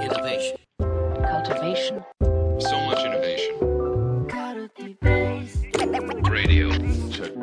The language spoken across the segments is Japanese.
Innovation. Cultivation. So much innovation. Radio. Check.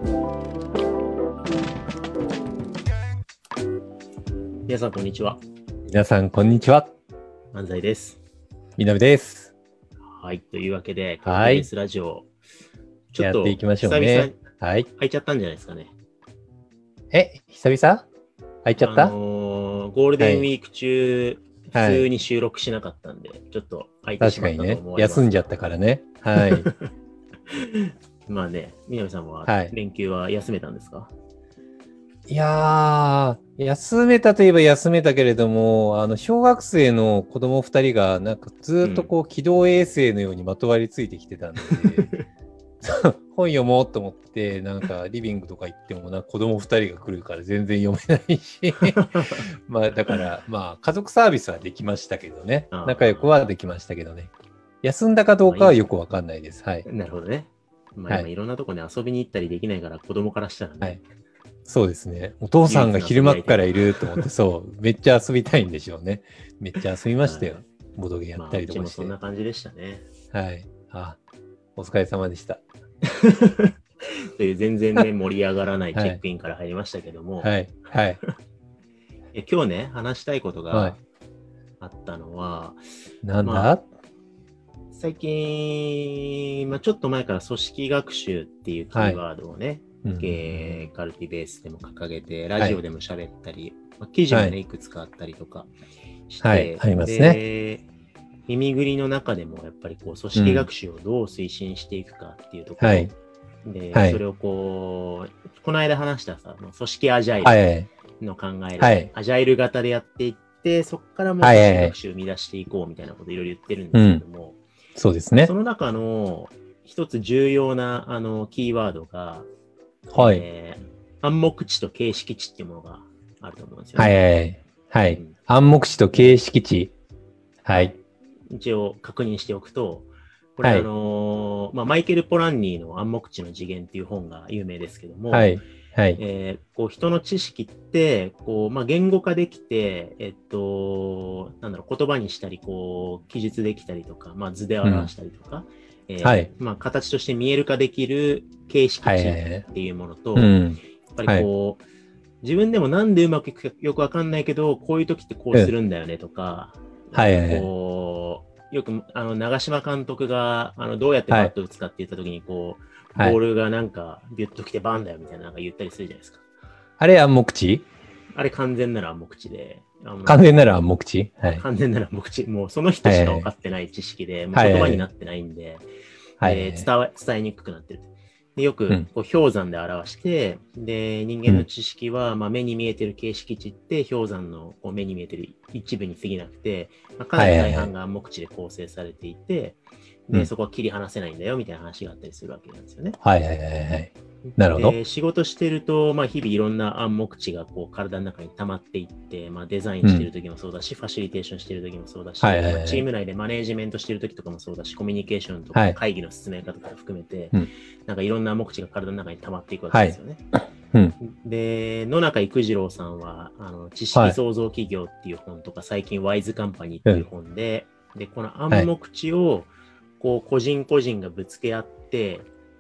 皆さんこんにちは。 皆さん、こんにちは。 安西です。 南です。 はい。というわけで、 はい KBS ラジオ、ちょっとやっていきましょうね。 久々にはい。 入っちゃったんじゃないですかね。 久々入っちゃった、 ゴールデンウィーク中、 はい普通に収録しなかったんで、ちょっと入ってしまったと確かにね。 思います。 休んじゃったからね。はい。 まあね、南さんははい連休は休めたんですか？ いやー、休めたといえば休めたけれども、小学生の子供2人が、なんかずっとこう、軌道衛星のようにまとわりついてきてたんで、本読もうと思って、なんかリビングとか行ってもな、子供2人が来るから全然読めないし、まあだから、まあ家族サービスはできましたけどね。 あー仲良くはできましたけどね。休んだかどうかはよくわかんないです。はい。 なるほどね。まあはい今いろんなとこに遊びに行ったりできないから子供からしたらね。 はいそうですね。お父さんが昼間っからいると思って、そう、めっちゃ遊びたいんでしょうね。めっちゃ遊びましたよ。 はいボドゲやったりとかして。 まあうちもそんな感じでしたね。 はい。あ、お疲れ様でした。 という全然ね、盛り上がらないチェックインから入りましたけども、 はい。はい。 今日ね、話したいことはいがあったのは、 なんだ、 ま最近、ちょっと前から組織学習っていうキーワードをね、 うんカルティベースでも掲げて、ラジオでも喋ったり、記事もね、 はいいくつかあったりとかして、 はいありますねで耳ぐりの中でもやっぱりこう組織学習をどう推進していくかっていうところ、 はいで、 はいそれをこの間話したさ、組織アジャイル、 はい。 の考える、 はいアジャイル型でやっていって、そこからもうはいはいはい学習を生み出していこうみたいなことをいろいろ言ってるんですけども、 そうですねそ。の中の一つ重要なキーワードが、 はい。 暗黙知と形式知っていうものがあると思うんですよね。 はいはいはい。はいうん。 暗黙知と形式知。はい。 一応確認しておくと、これはいマイケル・ポランニーの暗黙知の次元っていう本が有名ですけども、 はい。はい。 こう人の知識って言語化できて、言葉にしたり、記述できたりとか、図で表したりとか、 はい形として見える化できる形式値はいはいはいっていうものと、 うん。 やっぱり自分でもなんでうまくいくかよくわかんないけど、こういう時ってこうするんだよねとか、 はいはいはいよく長嶋監督がどうやってバット打つかって言った時にボはいールがなんかビュッときてバンだよみたいななんか言ったりするじゃないですか。 あれ暗黙知あれ完全なら暗黙知で。 完全なら暗黙知はい。 完全なら暗黙知。もうその人しか分かってない知識で、もう言葉になってないんで、 はい。 伝えにくくなってる。でよくうん氷山で表して、で人間の知識は、目に見えてる形式値って氷山の目に見えてる一部に過ぎなくて、かなり大半が暗黙知で構成されていて、でそこは切り離せないんだよみたいな話があったりするわけなんですよね。 はいはいはいはい。なるほどで仕事してると、日々いろんな暗黙知が体の中に溜まっていって、デザインしてる時もそうだし、ファシリテーションしてる時もそうだし、 はいはいはいチーム内でマネージメントしてる時とかもそうだし、コミュニケーションとかはい会議の進め方とか含めて、 うんなんかいろんな暗黙知が体の中に溜まっていくわけですよね。 うん。 で、野中育次郎さんは、知識創造企業っていう本とか、最近ワイズカンパニーっていう本で、で、この暗黙知を、個人個人がぶつけ合って、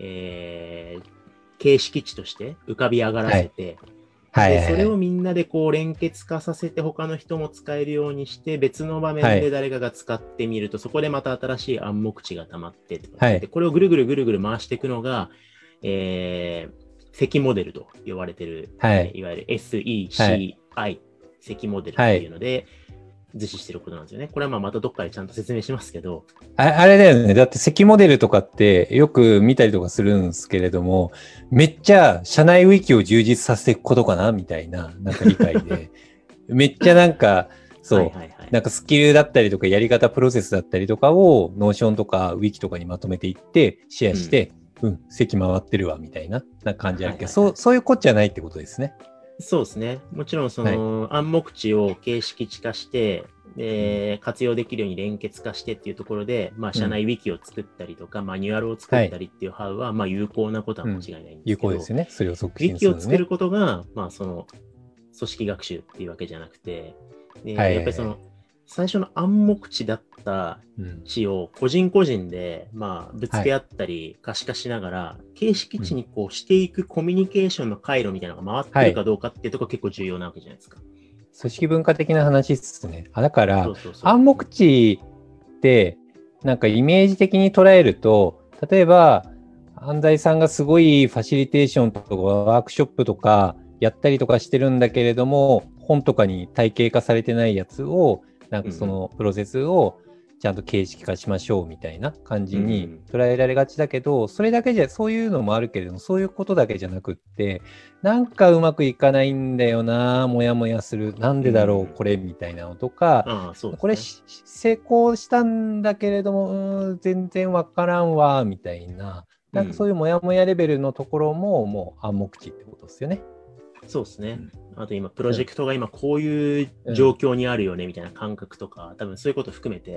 形式値として浮かび上がらせて、 はい。 でそれをみんなで連結化させて他の人も使えるようにして別の場面で誰かが使ってみると、そこでまた新しい暗黙知が溜まってとか、でこれをぐるぐるぐるぐる回していくのが、積モデルと呼ばれてる、いわゆる SECI、積モデルっていうので、図示してることなんですよね。これはまたどっかでちゃんと説明しますけど。 あれだよね。だって積モデルとかってよく見たりとかするんですけれども、めっちゃ社内ウィキを充実させていくことかなみたいな、なんか理解で。めっちゃなんか、そう、なんかスキルだったりとかやり方プロセスだったりとかをノーションとかウィキとかにまとめていってシェアして、席回ってるわみたいな感じあるけど、そういうこっちゃないってことですね。 そうですね。もちろん暗黙知を形式値化して、活用できるように連結化してっていうところで、社内ウィキを作ったりとか、マニュアルを作ったりっていうハウは、有効なことは間違いないんですけど、 有効ですよね。それを促ウィ進するのね。 キを作ることが、その組織学習っていうわけじゃなくて、やっぱり最初の暗黙知だった知を個人個人で、まあ、ぶつけ合ったり可視化しながら、形式知にこうしていくコミュニケーションの回路みたいなのが回ってるかどうかっていうところが結構重要なわけじゃないですか。 組織文化的な話ですね。だから、暗黙知ってなんかイメージ的に捉えると、例えば安西さんがすごいファシリテーションとかワークショップとかやったりとかしてるんだけれども、本とかに体系化されてないやつを、なんかそのプロセスをちゃんと形式化しましょうみたいな感じに捉えられがちだけど、それだけじゃ、そういうのもあるけれども、そういうことだけじゃなくって、なんかうまくいかないんだよな、もやもやする、なんでだろう、これみたいなのとか、これ成功したんだけれども、全然わからんわ、みたいな、なんかそういうもやもやレベルのところも、もう暗黙知ってことですよね。 そうですね。あと今、プロジェクトが今こういう状況にあるよねみたいな感覚とか、多分そういうこと含めて、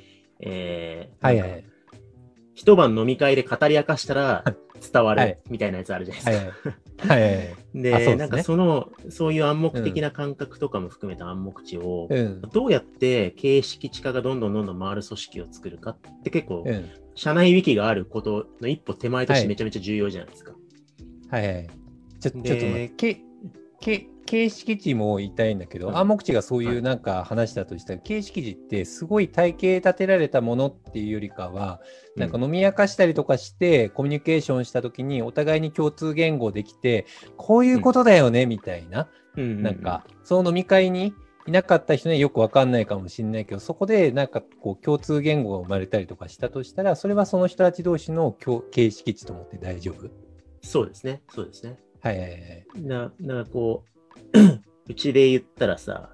一晩飲み会で語り明かしたら伝わるみたいなやつあるじゃないですか。で、なんかそういう暗黙的な感覚とかも含めた暗黙知を、どうやって形式知化がどんどん回る組織を作るかって結構、社内ウィキがあることの一歩手前としてめちゃめちゃ重要じゃないですか。 ちょっと待って。形式知も言いたいんだけど、暗黙知がそういうなんか話だとしたら、形式知ってすごい体系立てられたものっていうよりかは、なんか飲み明かしたりとかしてコミュニケーションしたときにお互いに共通言語できて、こういうことだよねみたいな、なんかその飲み会にいなかった人にはよくわかんないかもしれないけど、そこでなんかこう共通言語が生まれたりとかしたとしたら、それはその人たち同士の形式知と思って大丈夫？ そうですね。そうですね。なんかこう、うちで言ったらさ、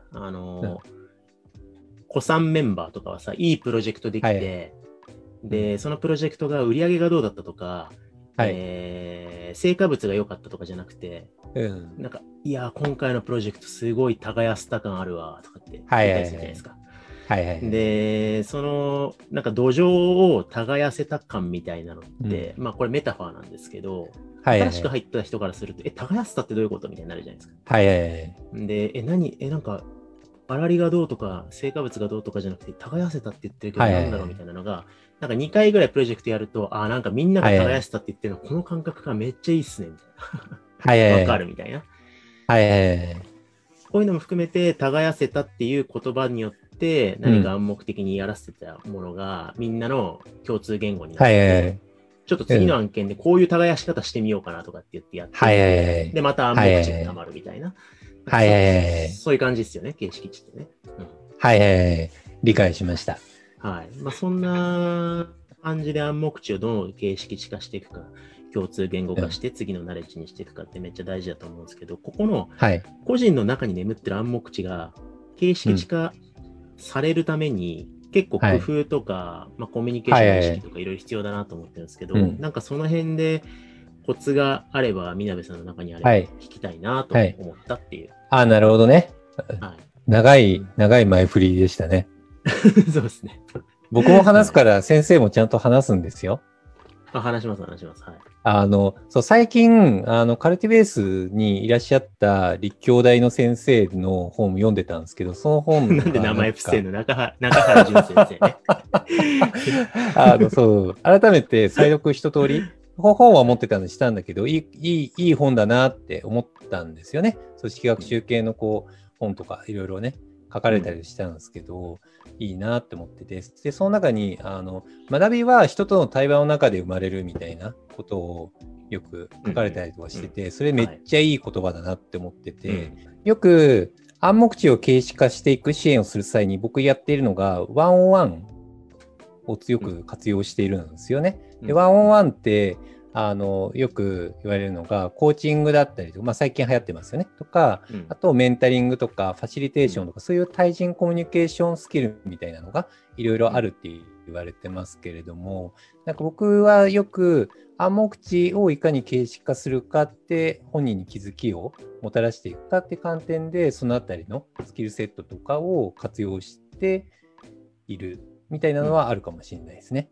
古参メンバーとかはさ、いいプロジェクトできて、で、そのプロジェクトが売り上げがどうだったとか、成果物が良かったとかじゃなくて、なんか、いや、今回のプロジェクトすごい耕した感あるわ、とかって言ったりするじゃないですか。で、その、なんか土壌を耕せた感みたいなのって、まあこれメタファーなんですけど、新しく入った人からすると、耕せたってどういうことみたいになるじゃないですか。で、なんか、粗利がどうとか、成果物がどうとかじゃなくて、耕せたって言ってるけど、なんだろうみたいなのが、なんか2回ぐらいプロジェクトやると、なんかみんなが耕せたって言ってるの、この感覚がめっちゃいいっすね、みたいな。わかるみたいな。こういうのも含めて、耕せたっていう言葉によって、何か暗黙的にやらせてたものが、みんなの共通言語になって、ちょっと次の案件でこういう耕し方してみようかなとかって言ってやって、で、また暗黙知がたまるみたいな。そういう感じですよね、形式知ってね。 理解しました。 まあ、そんな感じで暗黙知をどう形式知化していくか、共通言語化して次のナレッジにしていくかってめっちゃ大事だと思うんですけど、ここの個人の中に眠ってる暗黙知が形式知化されるために、結構工夫とか、まあ、コミュニケーションの意識とかいろいろ必要だなと思ってるんですけど、なんかその辺でコツがあれば、みなべさんの中にあれば聞きたいなと思ったっていう。 なるほどね。長い前振りでしたね。 そうですね。 僕も話すから先生もちゃんと話すんですよ。 話します。 そう、最近、カルティベースにいらっしゃった立教大の先生の本を読んでたんですけど、その本なんで名前伏せんの中原淳先生ね。そう、改めて再読一通り、本は持ってたのにしたんだけど、いい本だなって思ったんですよね。組織学習系の本とかいろいろね、書かれたりしたんですけど、いいなって思ってて、で、その中に、学びは人との対話の中で生まれるみたいなことをよく書かれたりとかしてて、それめっちゃいい言葉だなって思ってて、よく暗黙知を形式化していく支援をする際に僕やっているのが、ワンオンワンを強く活用しているんですよね。で、ワンオンワンって、よく言われるのが、コーチングだったりとか、まあ、最近流行ってますよね。とか、あとメンタリングとか、ファシリテーションとか、そういう対人コミュニケーションスキルみたいなのがいろいろあるって言われてますけれども、なんか僕はよく暗黙知をいかに形式化するかって、本人に気づきをもたらしていくかって観点で、そのあたりのスキルセットとかを活用しているみたいなのはあるかもしれないですね。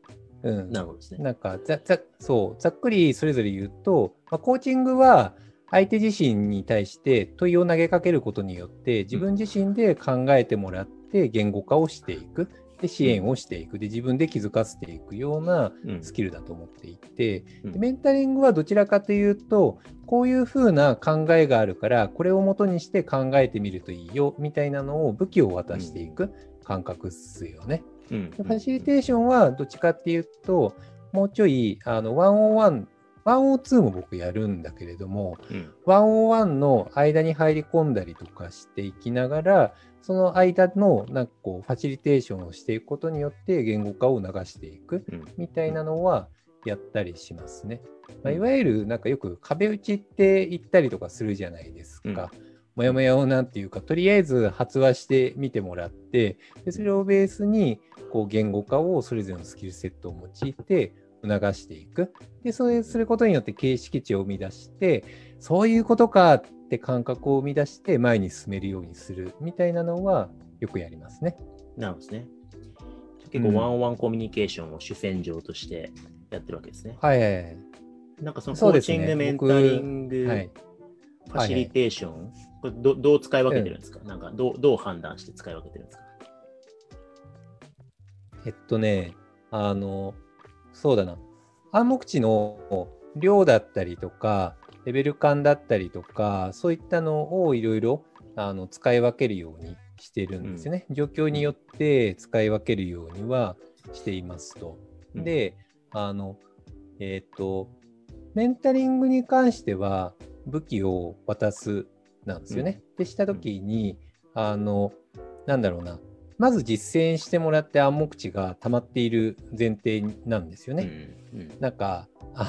なるほどですね。なんかざっくりそれぞれ言うと、コーチングは相手自身に対して問いを投げかけることによって自分自身で考えてもらって言語化をしていく。で支援をしていく。で自分で気づかせていくようなスキルだと思っていて、でメンタリングはどちらかというと、こういうふうな考えがあるから、これを元にして考えてみるといいよみたいなのを武器を渡していく感覚っすよね。でファシリテーションはどっちかっていうと、もうちょい101、102も僕やるんだけれども、101の間に入り込んだりとかしていきながら、その間のなんかこうファシリテーションをしていくことによって言語化を流していくみたいなのはやったりしますね。いわゆるなんかよく壁打ちって言ったりとかするじゃないですか。もやもやをなんていうか、とりあえず発話してみてもらって、でそれをベースにこう言語化をそれぞれのスキルセットを用いて促していく。で、それすることによって形式値を生み出して、そういうことかって感覚を生み出して前に進めるようにするみたいなのはよくやりますね。 なるほどですね。結構ワンオンワンコミュニケーションを主戦場としてやってるわけですね。 はいはいはい。 なんかそのコーチング、メンタリング、 はい、 ファシリテーション、これどう使い分けてるんですか？なんかどう判断して使い分けてるんですか？ そうだな。暗黙知の量だったりとか、レベル感だったりとか、そういったのをいろいろ使い分けるようにしてるんですよね。状況によって使い分けるようにはしていますと。で、メンタリングに関しては武器を渡すなんですよね。で、したときに、なんだろうな。まず実践してもらって暗黙知が溜まっている前提なんですよね。なんか、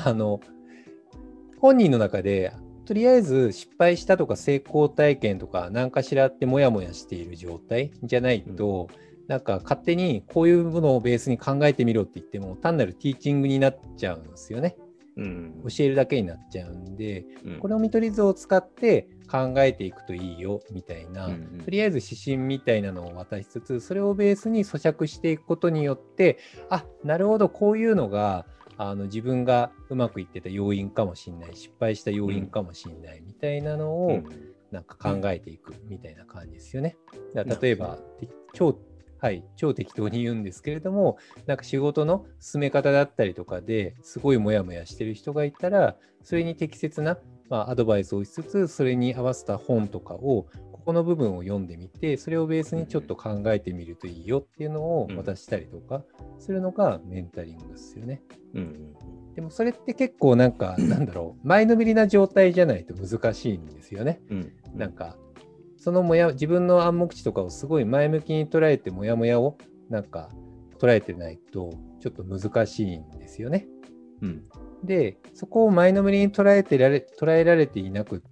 本人の中で、とりあえず失敗したとか成功体験とか何かしらってモヤモヤしている状態じゃないと、なんか勝手にこういうものをベースに考えてみろって言っても単なるティーチングになっちゃうんですよね。教えるだけになっちゃうんで、これを見取り図を使って考えていくといいよみたいな、とりあえず指針みたいなのを渡しつつ、それをベースに咀嚼していくことによって、あ、なるほど、こういうのが自分がうまくいってた要因かもしれない、失敗した要因かもしれないみたいなのをなんか考えていくみたいな感じですよね。だから例えば超適当に言うんですけれども、なんか仕事の進め方だったりとかですごいモヤモヤしてる人がいたら、それに適切な、アドバイスをしつつ、それに合わせた本とかを、ここの部分を読んでみて、それをベースにちょっと考えてみるといいよっていうのを渡したりとかするのがメンタリングですよね。でもそれって結構なんか、なんだろう、前のめりな状態じゃないと難しいんですよね。なんか、その自分の暗黙知とかをすごい前向きに捉えてモヤモヤをなんか捉えてないとちょっと難しいんですよね。で、そこを前のめりに捉えられていなくって、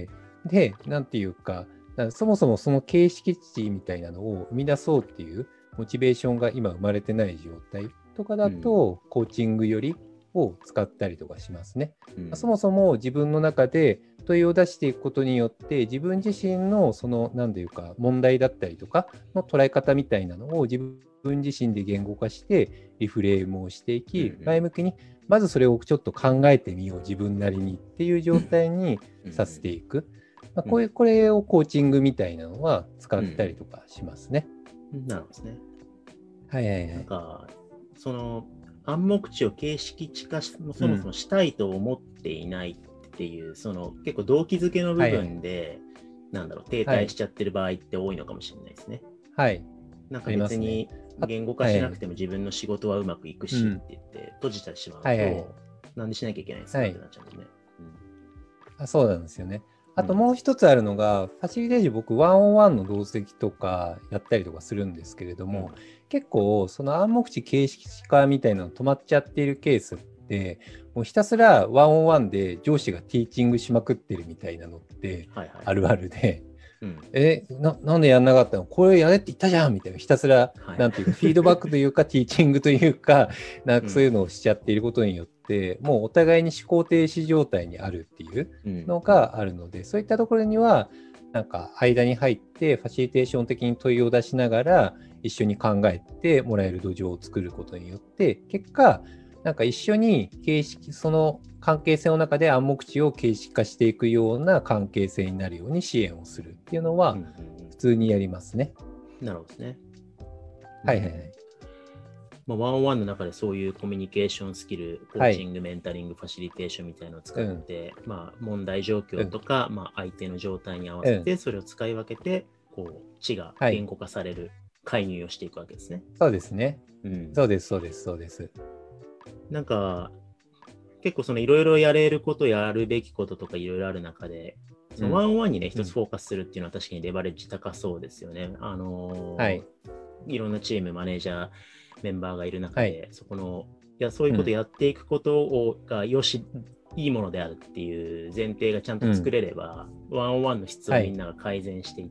で、なんていうか、そもそもその形式値みたいなのを生み出そうっていうモチベーションが今生まれてない状態とかだと、コーチングよりを使ったりとかしますね。そもそも自分の中で問いを出していくことによって自分自身のその何ていうか問題だったりとかの捉え方みたいなのを自分自身で言語化してリフレームをしていき、前向きにまずそれをちょっと考えてみよう自分なりにっていう状態にさせていく、これをコーチングみたいなのは使ったりとかしますね。 なるほどですね。 なんかその暗黙知を形式値化そもそもしたいと思っていないっていう、その結構動機づけの部分で、なんだろう、停滞しちゃってる場合って多いのかもしれないですね。なんか別に言語化しなくても自分の仕事はうまくいくしって言って閉じてしまうと、なんでしなきゃいけないんですかってなっちゃうんでね。 そうなんですよね。あともう一つあるのが、ファシリテーション僕101の同席とかやったりとかするんですけれども、結構その暗黙知形式化みたいなの止まっちゃっているケースって、もうひたすら101で上司がティーチングしまくってるみたいなのってあるあるで、なんでやんなかったの？これやれって言ったじゃんみたいな、ひたすら、なんていうか、フィードバックというか、ティーチングというか、なんかそういうのをしちゃっていることによって、もうお互いに思考停止状態にあるっていうのがあるので、そういったところには、なんか間に入って、ファシリテーション的に問いを出しながら、一緒に考えてもらえる土壌を作ることによって、結果、 なんか一緒にその関係性の中で暗黙知を形式化していくような関係性になるように支援をするっていうのは普通にやりますね。 なるほどですね。 はいはいはい。 まあ、ワンオンワンの中でそういうコミュニケーションスキル、コーチング、メンタリング、ファシリテーションみたいなのを使って、まあ、問題状況とか、まあ、相手の状態に合わせて、それを使い分けて、こう、知が言語化される、介入をしていくわけですね。 そうですね。そうです。なんか、結構そのいろいろやれること、やるべきこととかいろいろある中で、そのワンオンワンにね、一つフォーカスするっていうのは確かにレバレッジ高そうですよね。いろんなチーム、マネージャー、メンバーがいる中で、そういうことやっていくことがいいものであるっていう前提がちゃんと作れれば、ワンオンワンの質をみんなが改善していって、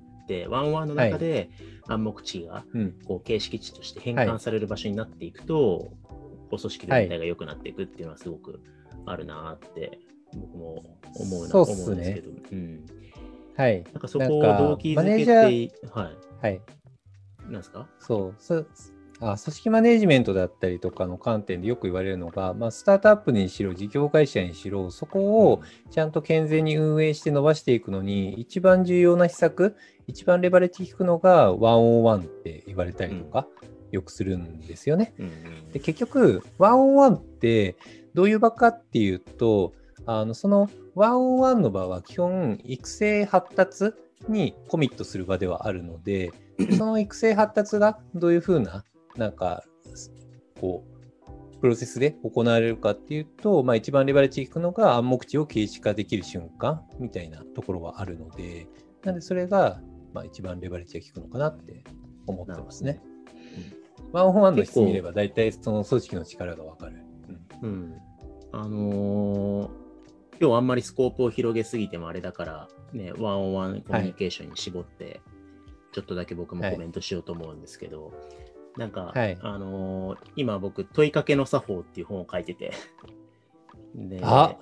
ワンオンワンの中で暗黙知がこう形式値として変換される場所になっていくと、組織全体が良くなっていくっていうのはすごくあるなって僕も思うんですけど、 はい。 なんかそこを動機づけて、はい。なんですか？ 組織マネジメントだったりとかの観点でよく言われるのが、まあ、スタートアップにしろ事業会社にしろそこをちゃんと健全に運営して伸ばしていくのに一番重要な施策、一番レバレッジ効くのがワンオンワンって言われたりとか、よくするんですよね。で結局ワンオンワンってどういう場かっていうと、そのワンオンワンの場は基本育成発達にコミットする場ではあるので、その育成発達がどういうふうななんかこうプロセスで行われるかっていうと、まあ、一番レバレッジ効くのが暗黙知を形式化できる瞬間みたいなところはあるので、なのでそれがまあ一番レバレッジが効くのかなって思ってますね。ワンオンワンの質見れば大体その組織の力がわかる。 今日あんまりスコープを広げすぎてもあれだからね、ワンオンワンコミュニケーションに絞って、ちょっとだけ僕もコメントしようと思うんですけど、なんか、今僕問いかけの作法っていう本を書いててで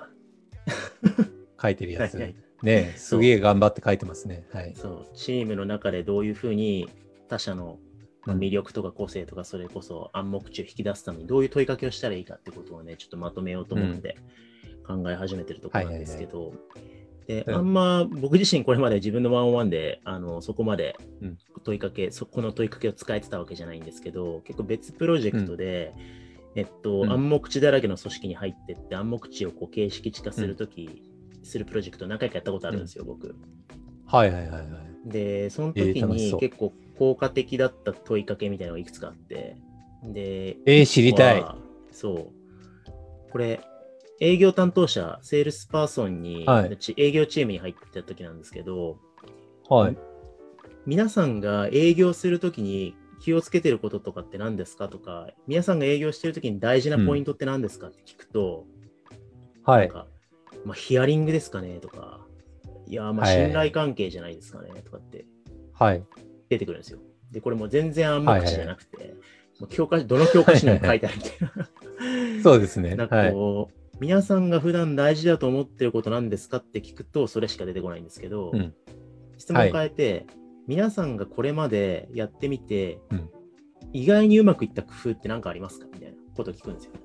書いてるやつね、すげえ頑張って書いてますね。 そうチームの中でどういうふうに他者の魅力とか個性とかそれこそ暗黙知を引き出すためにどういう問いかけをしたらいいかってことをねちょっとまとめようと思って考え始めてるところなんですけど、であんま僕自身これまで自分のワンオンワンでそこまで問いかけ、この問いかけを使えてたわけじゃないんですけど、結構別プロジェクトで、暗黙知だらけの組織に入ってって暗黙知をこう形式値化するとき、するプロジェクト何回かやったことあるんですよ、僕。でその時に結構効果的だった問いかけみたいなのがいくつかあって、で知りたい。 これ営業担当者、セールスパーソンに、営業チームに入ってた時なんですけど、皆さんが営業するときに気をつけてることとかって何ですかとか、皆さんが営業してるときに大事なポイントって何ですかって聞くと、なんか、ヒアリングですかねとか、いや、信頼関係じゃないですかねとかって出てくるんですよ。で、これも全然暗黙知じゃなくて、どの教科書にも書いてあるみたいな。 そうですね。 なんかこう、皆さんが普段大事だと思ってることなんですかって聞くとそれしか出てこないんですけど、質問を変えて、皆さんがこれまでやってみて、意外にうまくいった工夫って何かありますかみたいなことを聞くんですよ。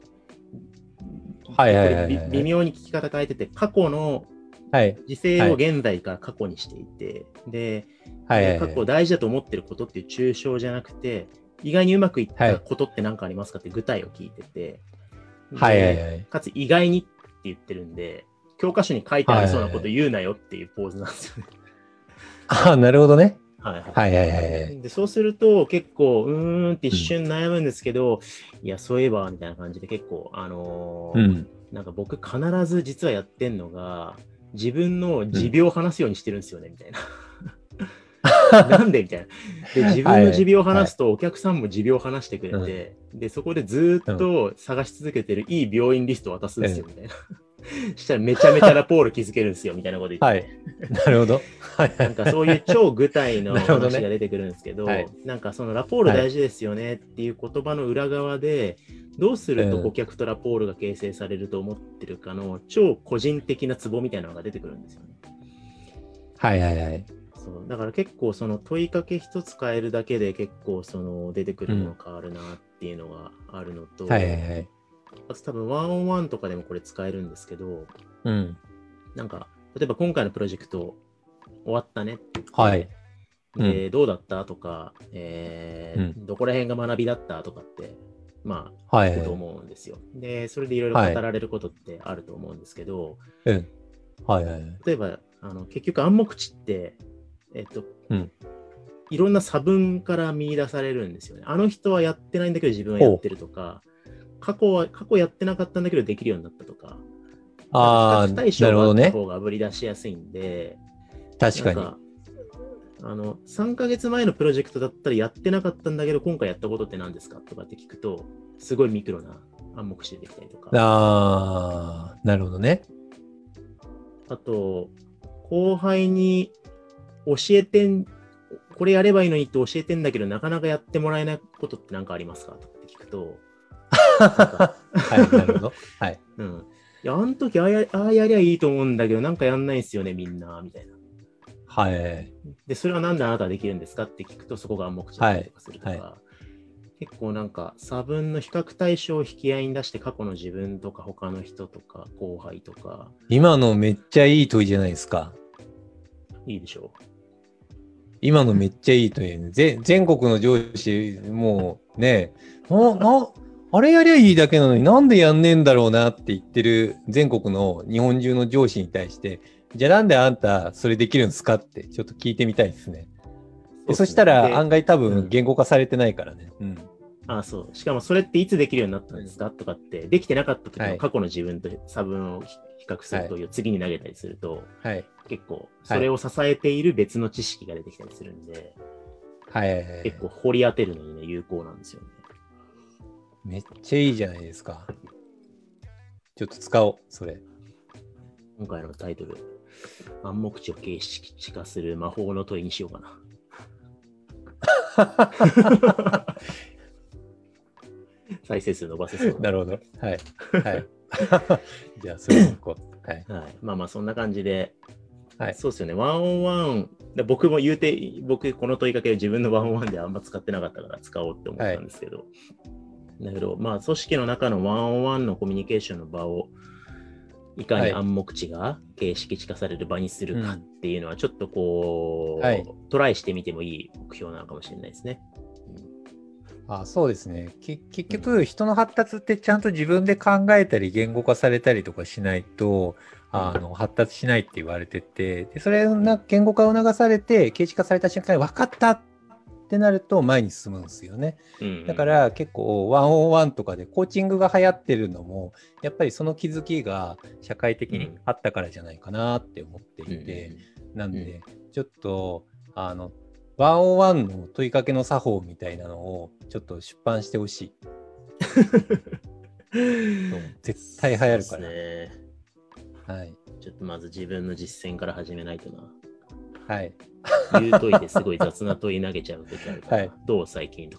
微妙に聞き方変えてて、過去の時勢を現在から過去にしていて、で、過去大事だと思ってることっていう抽象じゃなくて、意外にうまくいったことって何かありますかって具体を聞いてて、かつ意外にって言ってるんで、教科書に書いてありそうなこと言うなよっていうポーズなんですよね。 なるほどね。 でそうすると結構って一瞬悩むんですけど、いやそういえばみたいな感じで結構なんか僕必ず実はやってんのが自分の持病を話すようにしてるんですよねみたいな。なんでみたいな。で、自分の持病を話すと、お客さんも持病を話してくれて、で、そこでずっと探し続けてるいい病院リストを渡すんですよ、みたいな。したらめちゃめちゃラポール築けるんですよ、みたいなこと言って。 なるほど。 なんかそういう超具体の話が出てくるんですけど、なんかそのラポール大事ですよねっていう言葉の裏側で、どうすると顧客とラポールが形成されると思ってるかの超個人的なツボみたいなのが出てくるんですよね。そうだから結構その問いかけ一つ変えるだけで結構その出てくるもの変わるなっていうのがあるのと、 あと多分ワンオンワンとかでもこれ使えるんですけど、 うん。 なんか、例えば今回のプロジェクト終わったねって言って、 はい。 で、どうだったとか、どこら辺が学びだったとかって、まあ、 はい。 聞くと思うんですよ。で、それでいろいろ語られることってあると思うんですけど、 うん。はいはい。 例えば、結局暗黙知って、いろんな差分から見出されるんですよね。あの人はやってないんだけど自分はやってるとか、過去やってなかったんだけどできるようになったとか、 ああ、 比較対象があった方があぶり出しやすいんで、 確かに。 3ヶ月前のプロジェクトだったらやってなかったんだけど、今回やったことって何ですかとかって聞くと、すごいミクロな暗黙視できたりとか。 ああ、なるほどね。 あと、後輩にこれやればいいのにって教えてんだけど、なかなかやってもらえないことって何かありますかとかって聞くと、 はい、なるほど。はい。 うん。いや、あの時ああやりゃいいと思うんだけど、なんかやんないんすよね、みんな、みたいな。 はい。 で、それはなんであなたはできるんですかって聞くと、そこが暗黙知だったりとかするとか、 はいはい、 結構なんか差分の比較対象を引き合いに出して、過去の自分とか他の人とか後輩とか。 今のめっちゃいい問いじゃないですか。 いいでしょう。 今のめっちゃいい問い、ね。全国の上司、もうね、あれやりゃいいだけなのになんでやんねえんだろうなって言ってる全国の日本中の上司に対して、じゃあなんであんたそれできるんですかってちょっと聞いてみたいですね。そしたら案外多分言語化されてないからね。 そう。しかもそれっていつできるようになったんですかとかって、できてなかった時の過去の自分と差分を比較すると、次に投げたりすると、結構それを支えている別の知識が出てきたりするんで、結構掘り当てるのにね、有効なんですよね。 めっちゃいいじゃないですか。ちょっと使おう、それ。 今回のタイトル、暗黙知を形式化する魔法の問いにしようかな。再生数伸ばせそうなるほど。はい。はい。じゃあ、それをこう。はい。 まあまあ、そんな感じで。 はい。 そうですよね。ワンオンワン。僕も僕、この問いかけ自分のワンオンワンであんま使ってなかったから使おうって思ったんですけど。だけど、まあ、組織の中のワンオンワンのコミュニケーションの場を、いかに暗黙知が形式化される場にするかっていうのは、ちょっとこう、トライしてみてもいい目標なのかもしれないですね。 そうですね。結局、人の発達ってちゃんと自分で考えたり言語化されたりとかしないと、発達しないって言われてて、でそれが言語化を促されて、形式化された瞬間に分かったってなると前に進むんですよね。だから結構ワンオンワンとかでコーチングが流行ってるのも、やっぱりその気づきが社会的にあったからじゃないかなって思っていて、なんで、ちょっと、ワンオンワンの問いかけの作法みたいなのをちょっと出版してほしい。絶対流行るから。 ね。はい。ちょっとまず自分の実践から始めないとな。 はい。 言う問いですごい雑な問い投げちゃう時あるから、どう最近とか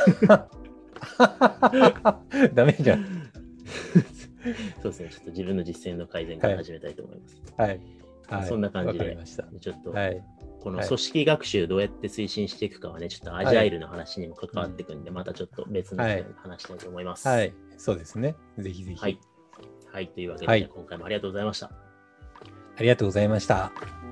言って。ダメじゃん。 そうですね。ちょっと自分の実践の改善から始めたいと思います。 はい。 そんな感じで、ちょっと、この組織学習どうやって推進していくかはね、ちょっとアジャイルの話にも関わっていくんで、またちょっと別の機会に話したいと思います。 はい。そうですね。ぜひぜひ。 はい。というわけで、今回もありがとうございました。 ありがとうございました。